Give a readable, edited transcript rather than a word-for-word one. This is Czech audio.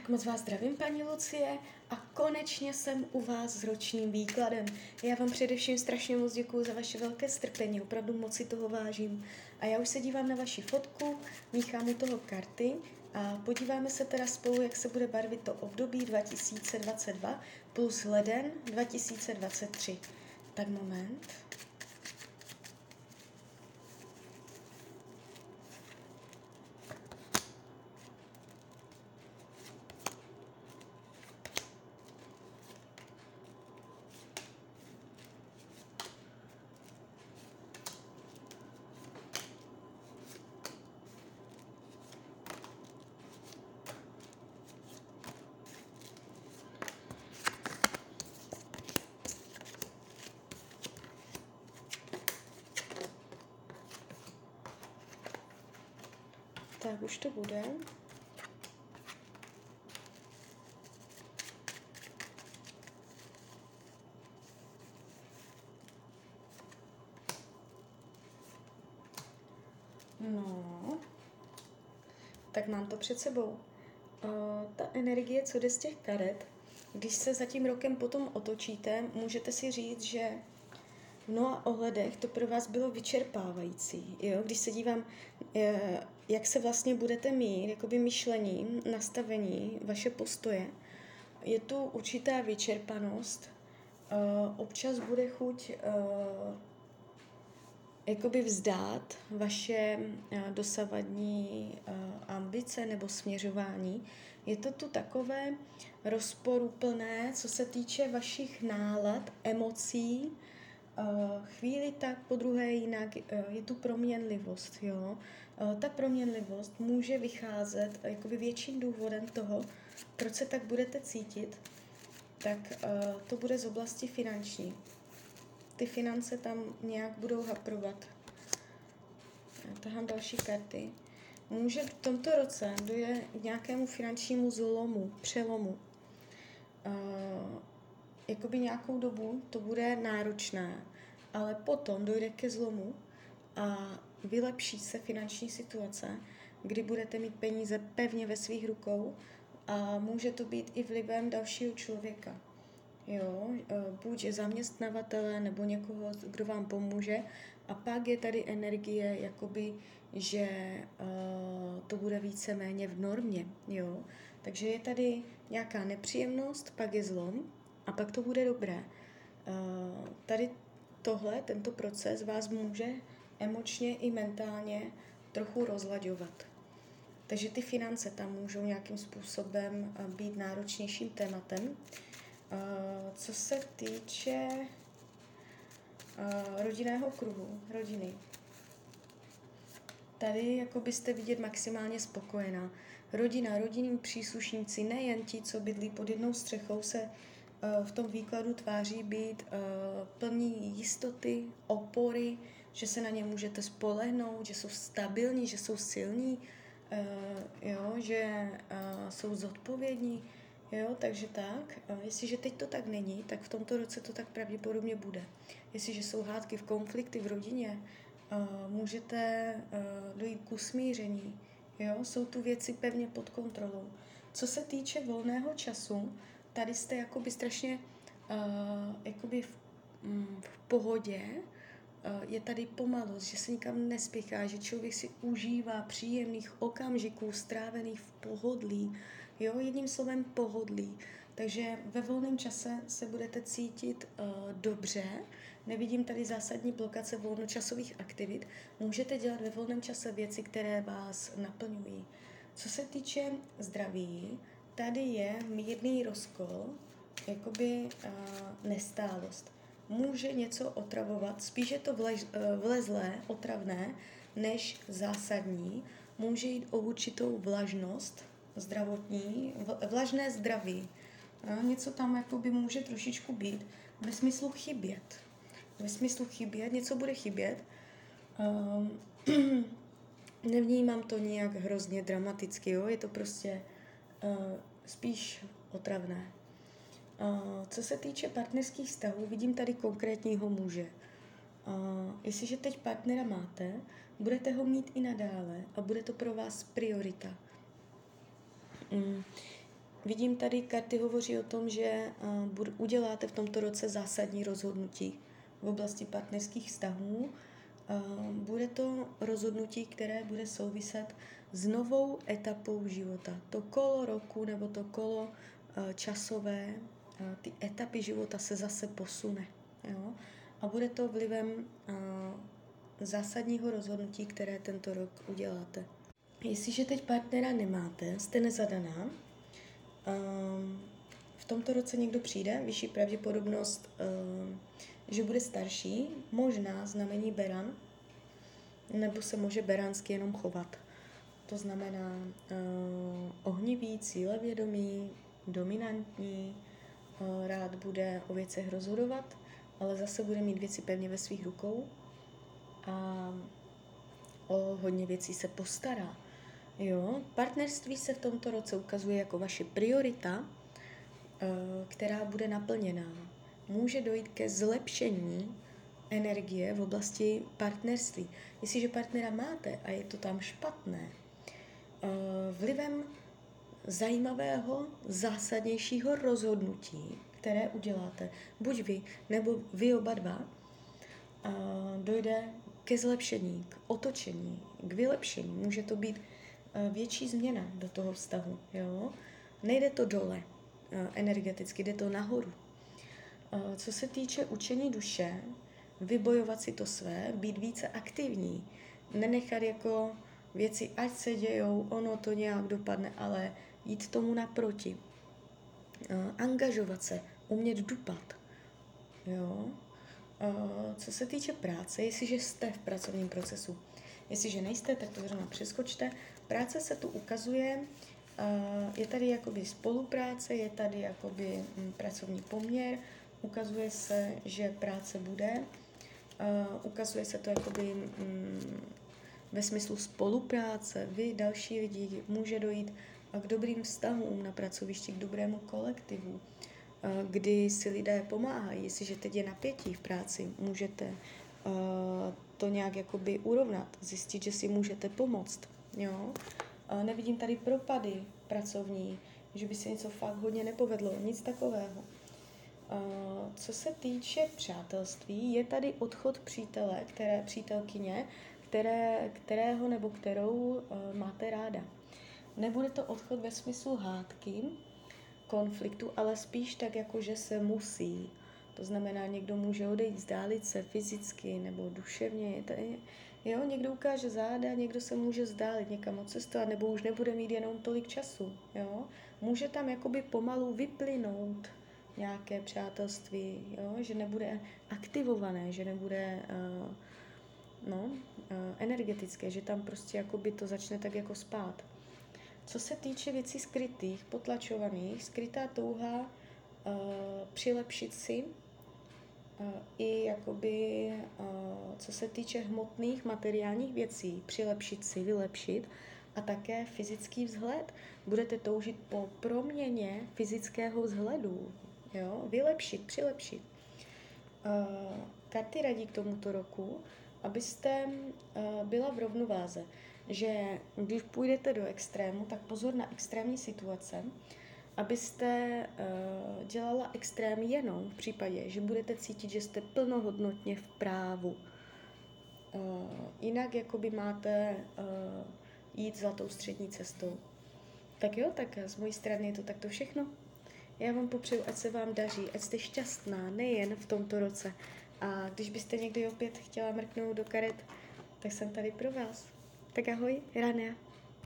Tak moc vás zdravím, paní Lucie, a konečně jsem u vás s ročním výkladem. Já vám především strašně moc děkuju za vaše velké strpení, opravdu moc si toho vážím. A já už se dívám na vaši fotku, míchám u toho karty a podíváme se teda spolu, jak se bude barvit to období 2022 plus leden 2023. Tak moment. Tak už to bude. No, tak mám to před sebou. Ta energie, co jde z těch karet, když se za tím rokem potom otočíte, můžete si říct, že v mnoha ohledech to pro vás bylo vyčerpávající. Jo? Když se dívám, jak se vlastně budete mít, jakoby myšlení, nastavení, vaše postoje, je tu určitá vyčerpanost, občas bude chuť jakoby vzdát vaše dosavadní ambice nebo směřování. Je to tu takové rozporuplné, co se týče vašich nálad, emocí, chvíli tak, po druhé jinak, je tu proměnlivost. Jo? Ta proměnlivost může vycházet jakoby větším důvodem toho, proč se tak budete cítit, tak to bude z oblasti finanční. Ty finance tam nějak budou haprovat. Já tahám další karty. Může v tomto roce dojde k nějakému finančnímu zlomu, přelomu. Jakoby nějakou dobu to bude náročné, ale potom dojde ke zlomu a vylepší se finanční situace, kdy budete mít peníze pevně ve svých rukou a může to být i vlivem dalšího člověka. Jo, buď zaměstnavatele nebo někoho, kdo vám pomůže. A pak je tady energie, jakoby, že to bude víceméně v normě. Jo. Takže je tady nějaká nepříjemnost, pak je zlom a pak to bude dobré. Tady tento proces vás může emočně i mentálně trochu rozlaďovat. Takže ty finance tam můžou nějakým způsobem být náročnějším tématem. Co se týče rodinného kruhu, rodiny, tady jako byste vidět maximálně spokojená. Rodina, rodinní příslušníci, nejen ti, co bydlí pod jednou střechou, se v tom výkladu tváří být plní jistoty, opory, že se na ně můžete spolehnout, že jsou stabilní, že jsou silní, jo, že jsou zodpovědní. Jo, takže tak. Jestliže teď to tak není, tak v tomto roce to tak pravděpodobně bude. Jestliže jsou hádky, v konflikty v rodině, můžete dojít k usmíření. Jo, jsou tu věci pevně pod kontrolou. Co se týče volného času, tady jste jakoby strašně jakoby v pohodě, je tady pomalost, že se nikam nespěchá, že člověk si užívá příjemných okamžiků strávených v pohodlí. Jo, jedním slovem pohodlí. Takže ve volném čase se budete cítit dobře. Nevidím tady zásadní blokace volnočasových aktivit. Můžete dělat ve volném čase věci, které vás naplňují. Co se týče zdraví, tady je mírný rozkol, jakoby nestálost. Může něco otravovat, spíš je to vlezlé, otravné, než zásadní. Může jít o určitou vlažnost zdravotní, vlažné zdraví. Něco tam jakoby může trošičku být ve smyslu chybět. Něco bude chybět. Nevnímám to nějak hrozně dramaticky, jo? Je to prostě spíš otravné. Co se týče partnerských vztahů, vidím tady konkrétního muže. Jestliže teď partnera máte, budete ho mít i nadále a bude to pro vás priorita. Vidím tady, karty hovoří o tom, že uděláte v tomto roce zásadní rozhodnutí v oblasti partnerských vztahů. Bude to rozhodnutí, které bude souviset s novou etapou života. To kolo roku nebo to kolo časové, ty etapy života se zase posune. Jo? A bude to vlivem zásadního rozhodnutí, které tento rok uděláte. Jestliže teď partnera nemáte, jste nezadaná, v tomto roce někdo přijde, vyšší pravděpodobnost, že bude starší, možná znamení beran, nebo se může beransky jenom chovat. To znamená ohnivý, cílevědomý, dominantní, rád bude o věcech rozhodovat, ale zase bude mít věci pevně ve svých rukou a o hodně věcí se postará. Jo, partnerství se v tomto roce ukazuje jako vaše priorita, která bude naplněná. Může dojít ke zlepšení energie v oblasti partnerství. Jestliže partnera máte a je to tam špatné, vlivem zajímavého, zásadnějšího rozhodnutí, které uděláte, buď vy, nebo vy oba dva, dojde ke zlepšení, k otočení, k vylepšení. Může to být větší změna do toho vztahu. Jo? Nejde to dole energeticky, jde to nahoru. Co se týče učení duše, vybojovat si to své, být více aktivní, nenechat jako věci, ať se dějou, ono to nějak dopadne, ale jít tomu naproti. Angažovat se, umět dupat. Jo? Co se týče práce, jestliže jste v pracovním procesu, jestliže nejste, tak to zrovna přeskočte. Práce se tu ukazuje, je tady jakoby spolupráce, je tady jakoby pracovní poměr, ukazuje se, že práce bude, ukazuje se to jakoby ve smyslu spolupráce, vy, další lidi, může dojít k dobrým vztahům na pracovišti, k dobrému kolektivu, kdy si lidé pomáhají. Jestliže teď je napětí v práci, můžete to nějak jakoby urovnat, zjistit, že si můžete pomoct. Jo? Nevidím tady propady pracovní, že by se něco fakt hodně nepovedlo, nic takového. Co se týče přátelství, je tady odchod přítele, přítelkyně, kterého nebo kterou máte ráda. Nebude to odchod ve smyslu hádky, konfliktu, ale spíš tak, jako že se musí. To znamená, někdo může odejít, vzdálit se fyzicky nebo duševně. Jo, někdo ukáže záda, někdo se může vzdálit, někam odcestovat, nebo už nebude mít jenom tolik času. Jo? Může tam jakoby pomalu vyplynout nějaké přátelství, jo? Že nebude aktivované, že nebude energetické, že tam prostě jakoby to začne tak jako spát. Co se týče věcí skrytých, potlačovaných, skrytá touha přilepšit si i jakoby, co se týče hmotných materiálních věcí, přilepšit si, vylepšit a také fyzický vzhled. Budete toužit po proměně fyzického vzhledu, jo? Vylepšit, přilepšit. Karty radí k tomuto roku, abyste byla v rovnováze, že když půjdete do extrému, tak pozor na extrémní situace, abyste dělala extrém jenom v případě, že budete cítit, že jste plnohodnotně v právu. Jinak jakoby máte jít zlatou střední cestou. Tak jo, tak z mojí strany je to takto všechno. Já vám popřeju, ať se vám daří, ať jste šťastná, nejen v tomto roce. A když byste někdy opět chtěla mrknout do karet, tak jsem tady pro vás. Tak ahoj, Rania.